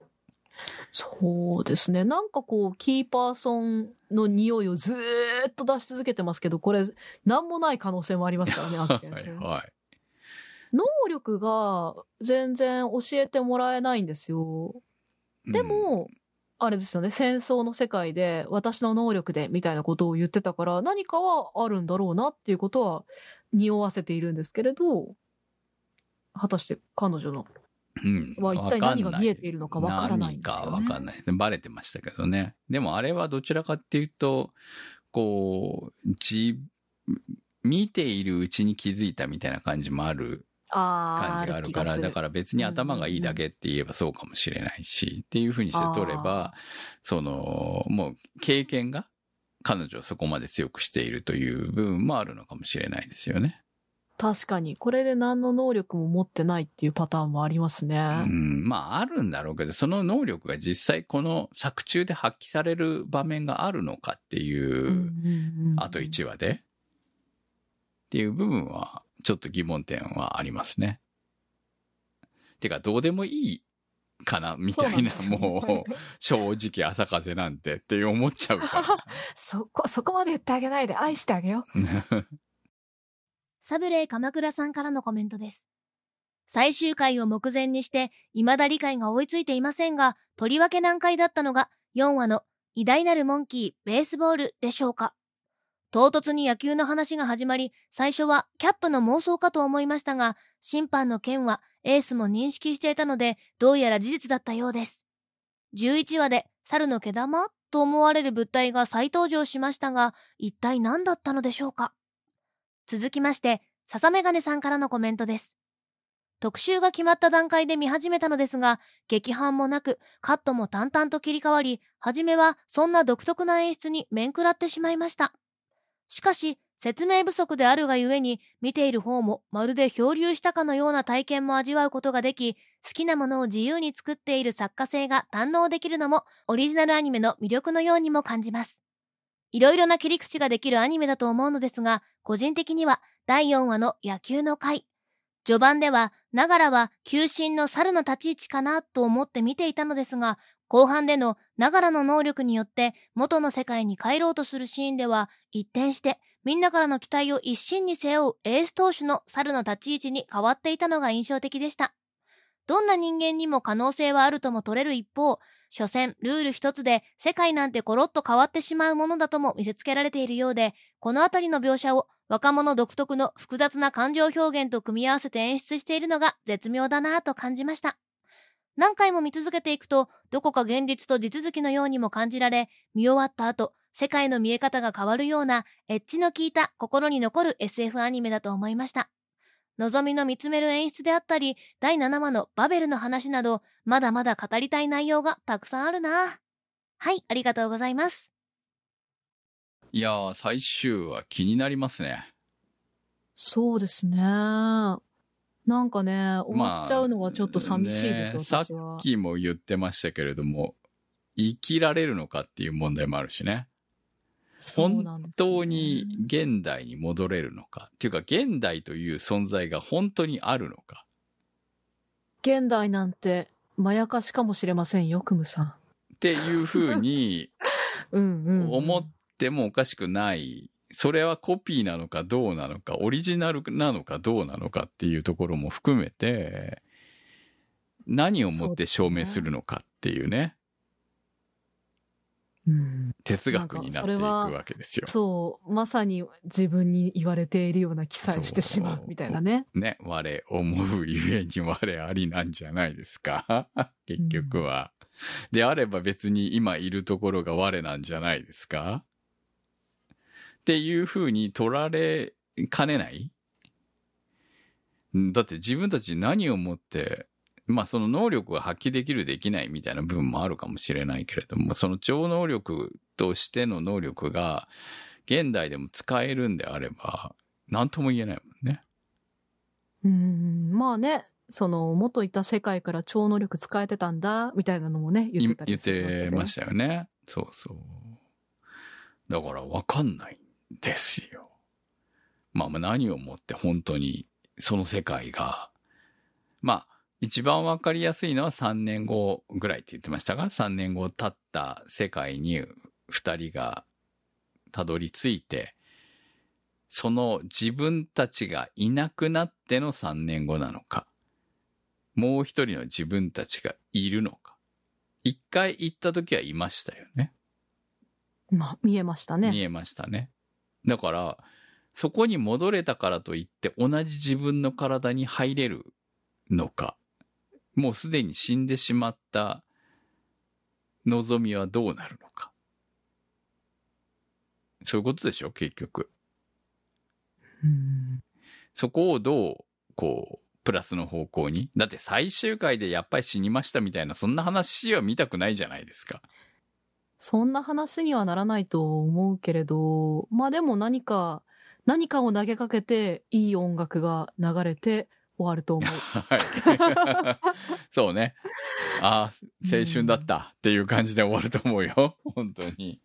そうですね。なんかこう、キーパーソンの匂いをずーっと出し続けてますけど、これ、なんもない可能性もありますからね、秋先生。 はい。 能力が全然教えてもらえないんですよ。でも、あれですよね、戦争の世界で私の能力でみたいなことを言ってたから、何かはあるんだろうなっていうことは匂わせているんですけれど、果たして彼女のは一体何が見えているのかわからないんですよね。 何かわかんない。バレてましたけどね。でもあれはどちらかっていうと、こう、見ているうちに気づいたみたいな感じもある感じがあるから、だから別に頭がいいだけって言えばそうかもしれないし、っていうふうにして取れば、もう経験が彼女をそこまで強くしているという部分もあるのかもしれないですよね。 確かに。これで何の能力も持ってないっていうパターンもありますね。 まああるんだろうけど、その能力が実際この作中で発揮される場面があるのかっていう、あと1話でっていう部分は、ちょっと疑問点はありますね。てか、どうでもいいかなみたいな、もう、正直朝風なんてって思っちゃうから。 そこまで言ってあげないで愛してあげよう。 サブレイ鎌倉さんからのコメントです。最終回を目前にして、未だ理解が追いついていませんが、とりわけ難解だったのが、4話の偉大なるモンキー、ベースボールでしょうか。唐突に野球の話が始まり、最初はキャップの妄想かと思いましたが、審判の件はエースも認識していたので、どうやら事実だったようです。11話で猿の毛玉と思われる物体が再登場しましたが、一体何だったのでしょうか。続きまして、笹メガネさんからのコメントです。特集が決まった段階で見始めたのですが、劇伴もなく、カットも淡々と切り替わり、初めはそんな独特な演出に面食らってしまいました。しかし、説明不足であるがゆえに、見ている方もまるで漂流したかのような体験も味わうことができ、好きなものを自由に作っている作家性が堪能できるのも、オリジナルアニメの魅力のようにも感じます。いろいろな切り口ができるアニメだと思うのですが、個人的には第4話の野球の回。序盤では、ながらは球審の猿の立ち位置かなと思って見ていたのですが、後半でのながらの能力によって元の世界に帰ろうとするシーンでは、一転してみんなからの期待を一身に背負うエース投手の猿の立ち位置に変わっていたのが印象的でした。どんな人間にも可能性はあるとも取れる一方、所詮ルール一つで世界なんてコロッと変わってしまうものだとも見せつけられているようで、このあたりの描写を若者独特の複雑な感情表現と組み合わせて演出しているのが絶妙だなぁと感じました。何回も見続けていくと、どこか現実と地続きのようにも感じられ、見終わった後、世界の見え方が変わるようなエッジの効いた心に残る SF アニメだと思いました。のぞみの見つめる演出であったり、第7話のバベルの話など、まだまだ語りたい内容がたくさんあるな。はい、ありがとうございます。 いやー、最終話気になりますね。 そうですね。なんかね、終わっちゃうのはちょっと寂しいです、私は。 さっきも言ってましたけれども、生きられるのかっていう問題もあるしね。本当に現代に戻れるのかっていうか、現代という存在が本当にあるのか。 現代なんてまやかしかもしれませんよ、クムさん。 っていうふうに思ってもおかしくない。それはコピーなのかどうなのか、オリジナルなのかどうなのかっていうところも含めて、何をもって証明するのかっていうね。哲学になっていくわけですよ。 そう、まさに自分に言われているような記載してしまうみたいなね。 ね、我思うゆえに我ありなんじゃないですか。結局は。であれば別に今いるところが我なんじゃないですか。っていう風に取られかねない。だって自分たち何をもって、まあその能力が発揮できるできないみたいな部分もあるかもしれないけれども、その超能力としての能力が現代でも使えるんであれば何とも言えないもんね。 まあね、その元いた世界から超能力使えてたんだみたいなのもね言ってたりするわけで。 言ってましたよね。そうそう。だから分かんないんですよ。まあ何をもって本当にその世界が、まあ一番わかりやすいのは3年後ぐらいって言ってましたが、3年後経った世界に2人がたどり着いて、その自分たちがいなくなっての3年後なのか、もう一人の自分たちがいるのか。一回行った時はいましたよね。 まあ、見えましたね。 見えましたね。だから、そこに戻れたからといって同じ自分の体に入れるのか。もうすでに死んでしまった望みはどうなるのか。そういうことでしょ、結局。そこをどう、こう、プラスの方向に。だって最終回でやっぱり死にましたみたいな、そんな話は見たくないじゃないですか。 そんな話にはならないと思うけれど、まあでも何かを投げかけていい音楽が流れて、終わると思う。 はい。そうね。ああ、青春だったっていう感じで終わると思うよ。本当に。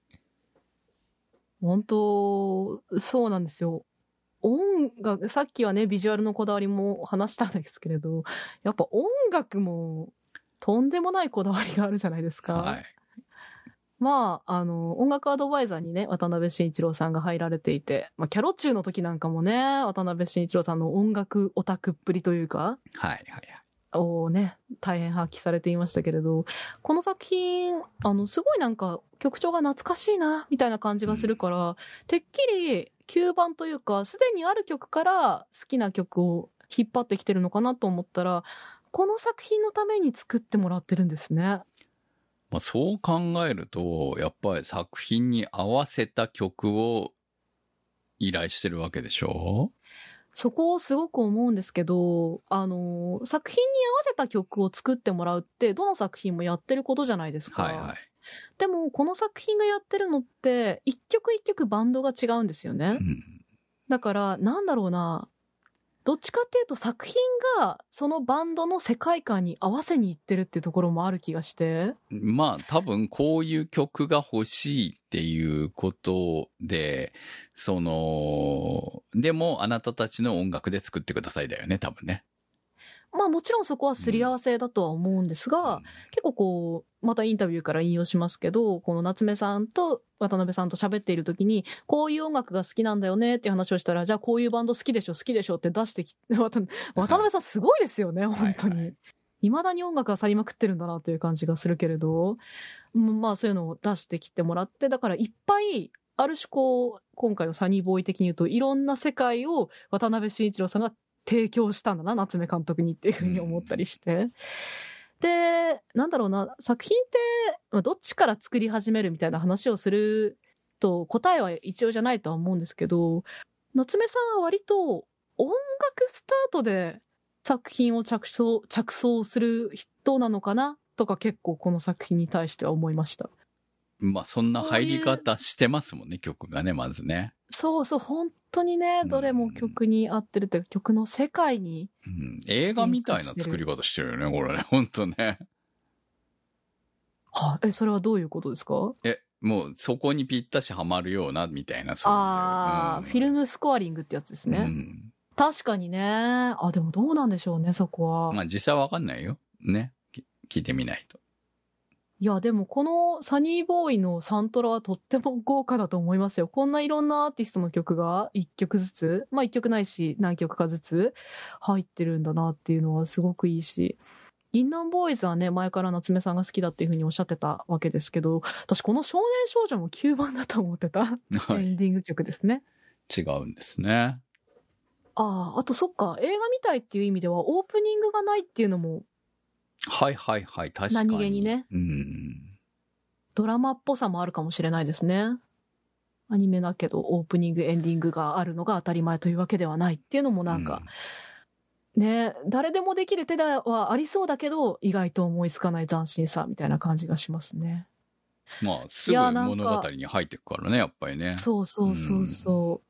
本当、そうなんですよ。音楽、さっきはね、ビジュアルのこだわりも話したんですけれど、やっぱ音楽もとんでもないこだわりがあるじゃないですか。はい。まあ、音楽アドバイザーにね、渡辺慎一郎さんが入られていて、まあ、キャロチューの時なんかもね、渡辺慎一郎さんの音楽オタクっぷりというか、 はい。 をね、大変発揮されていましたけれど、この作品、すごいなんか曲調が懐かしいな、みたいな感じがするから、てっきり9番というか、すでにある曲から好きな曲を引っ張ってきてるのかなと思ったら、この作品のために作ってもらってるんですね。 まあ、そう考えると、やっぱり作品に合わせた曲を依頼してるわけでしょ？ そこをすごく思うんですけど、作品に合わせた曲を作ってもらうって、どの作品もやってることじゃないですか。はいはい。でも、この作品がやってるのって、一曲一曲バンドが違うんですよね。だから、なんだろうな、 どっちかっていうと作品がそのバンドの世界観に合わせにいってるっていうところもある気がして。 まあ多分こういう曲が欲しいっていうことで、でもあなたたちの音楽で作ってくださいだよね、多分ね。 まあもちろんそこはすり合わせだとは思うんですが、結構こう、またインタビューから引用しますけど、この夏目さんと渡辺さんと喋っている時に、こういう音楽が好きなんだよねっていう話をしたら、じゃあこういうバンド好きでしょって出してきて、渡辺さんすごいですよね、本当に。はいはい、未だに音楽が去りまくってるんだなという感じがするけれど、まあそういうのを出してきてもらって、だからいっぱい、ある種こう、今回のサニーボーイ的に言うと、いろんな世界を渡辺慎一郎さんが提供したんだな、夏目監督にっていうふうに思ったりして。で、なんだろうな、作品ってどっちから作り始めるみたいな話をすると答えは一応じゃないとは思うんですけど、夏目さんは割と音楽スタートで作品を着想する人なのかなとか結構この作品に対しては思いました。 まあそんな入り方してますもんね、曲がね、まずね。 そうそう、本当にね、どれも曲に合ってるというか、曲の世界に、 映画みたいな作り方してるよね、これね、本当ね。 はあ、それはどういうことですか？ もうそこにぴったしはまるようなみたいな。 フィルムスコアリングってやつですね。確かにね。でもどうなんでしょうね、そこは。 まあ実際わかんないよ。ね。聞いてみないと。 いや、でもこのサニーボーイのサントラはとっても豪華だと思いますよ。こんないろんなアーティストの曲が1曲ずつ、まあ1曲ないし何曲かずつ入ってるんだなっていうのはすごくいいし、銀杏ボーイズはね、前から夏目さんが好きだっていうふうにおっしゃってたわけですけど、私この少年少女も9番だと思ってた、はい、エンディング曲ですね。 違うんですね。 あとそっか、映画みたいっていう意味ではオープニングがないっていうのも、 はいはいはい、確かに。 何気にね。ドラマっぽさもあるかもしれないですね。アニメだけどオープニング、エンディングがあるのが当たり前というわけではないっていうのもなんか、ね、誰でもできる手ではありそうだけど、意外と思いつかない斬新さみたいな感じがしますね。 まあ、すぐ物語に入っていくからね、やっぱりね。 そうそうそうそう。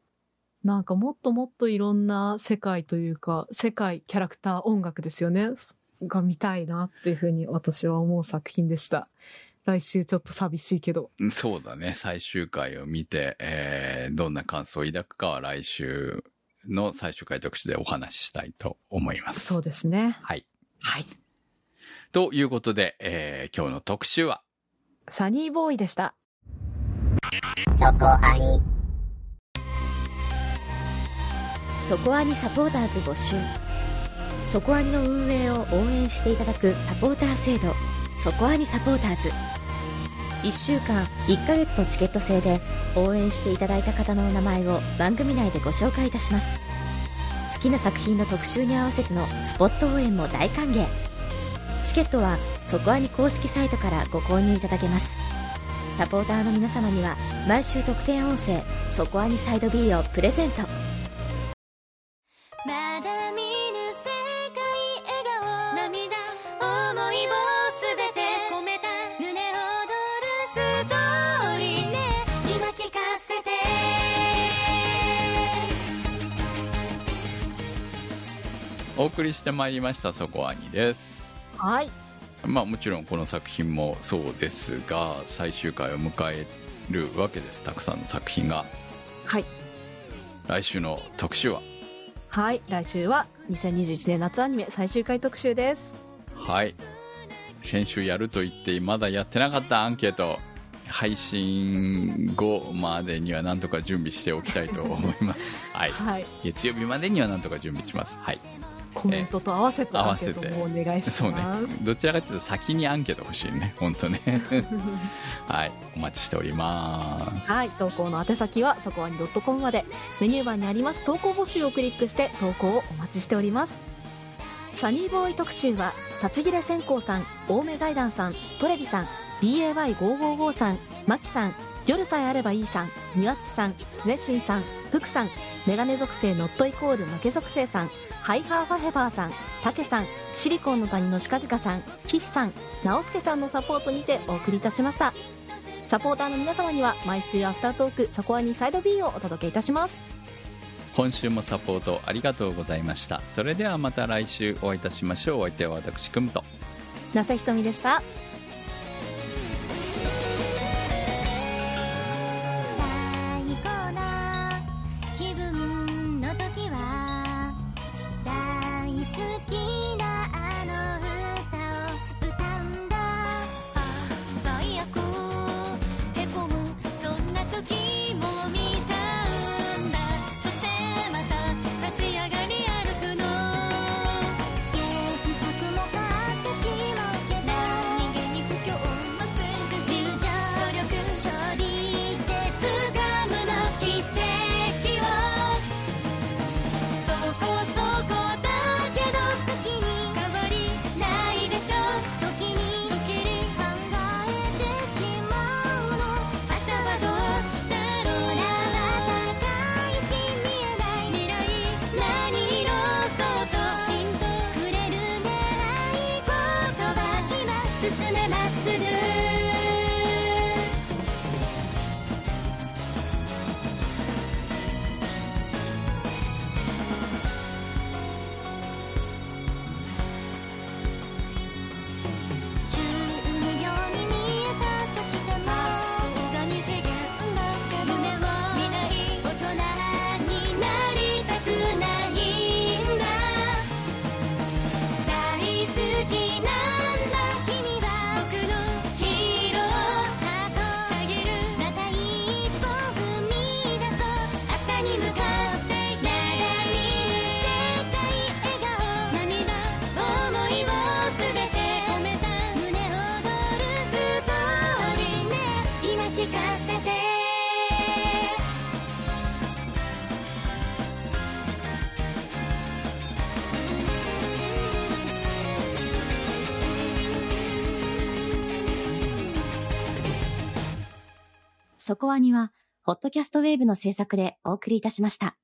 なんかもっともっといろんな世界というか、世界、キャラクター、音楽ですよね。が見たいなっていうふうに私は思う作品でした。来週ちょっと寂しいけど。 そうだね。最終回を見て、どんな感想を抱くかは来週の最終回特集でお話ししたいと思います。 そうですね。 はい。 はい。 ということで、今日の特集はサニーボーイでした。 そこアニ。そこアニサポーターズ募集。そこアニの運営を応援していただくサポーター制度、そこアニサポーターズ。1週間1ヶ月のチケット制で応援していただいた方のお名前を番組内でご紹介いたします。好きな作品の特集に合わせてのスポット応援も大歓迎。チケットはそこアニ公式サイトからご購入いただけます。サポーターの皆様には毎週特典音声そこアニサイド B をプレゼント。まだ見ぬ世界笑顔涙思いをすべて込めた胸躍るストーリーね、今聞かせて。 お送りしてまいりましたそこアニです。 はい。 まあもちろんこの作品もそうですが最終回を迎えるわけです。たくさんの作品が。 はい。 来週の特集は、 はい、来週は2021年夏アニメ最終回特集です。 はい。先週やると言ってまだやってなかったアンケート、配信後までにはなんとか準備しておきたいと思います。はい。はい、月曜日までにはなんとか準備します。はい。 コメントと合わせてアンケートもお願いします。 そうね。どちらかというと先にアンケート欲しいね。本当ね。はい。お待ちしております。 はい。投稿の宛先はそこアニ.comまで。メニュー欄にあります投稿募集をクリックして投稿をお待ちしております。サニーボーイ特集は立ち切れ線香さん、青梅財団さん、トレビさん、BAY555 さん、マキさん、夜さえあればいいさん、ニワッチさん、つねしんさん、フクさん、メガネ属性ノットイコール負け属性さん、ハイハーファヘバーさん、タケさん、シリコンの谷のしかじかさん、キヒさん、ナオスケさんのサポートにてお送りいたしました。サポーターの皆様には毎週アフタートークそこアニサイド B をお届けいたします。 今週もサポートありがとうございました。それではまた来週お会いいたしましょう。お相手は私くむと那瀬ひとみでした。 そこアニはホットキャストウェーブの制作でお送りいたしました。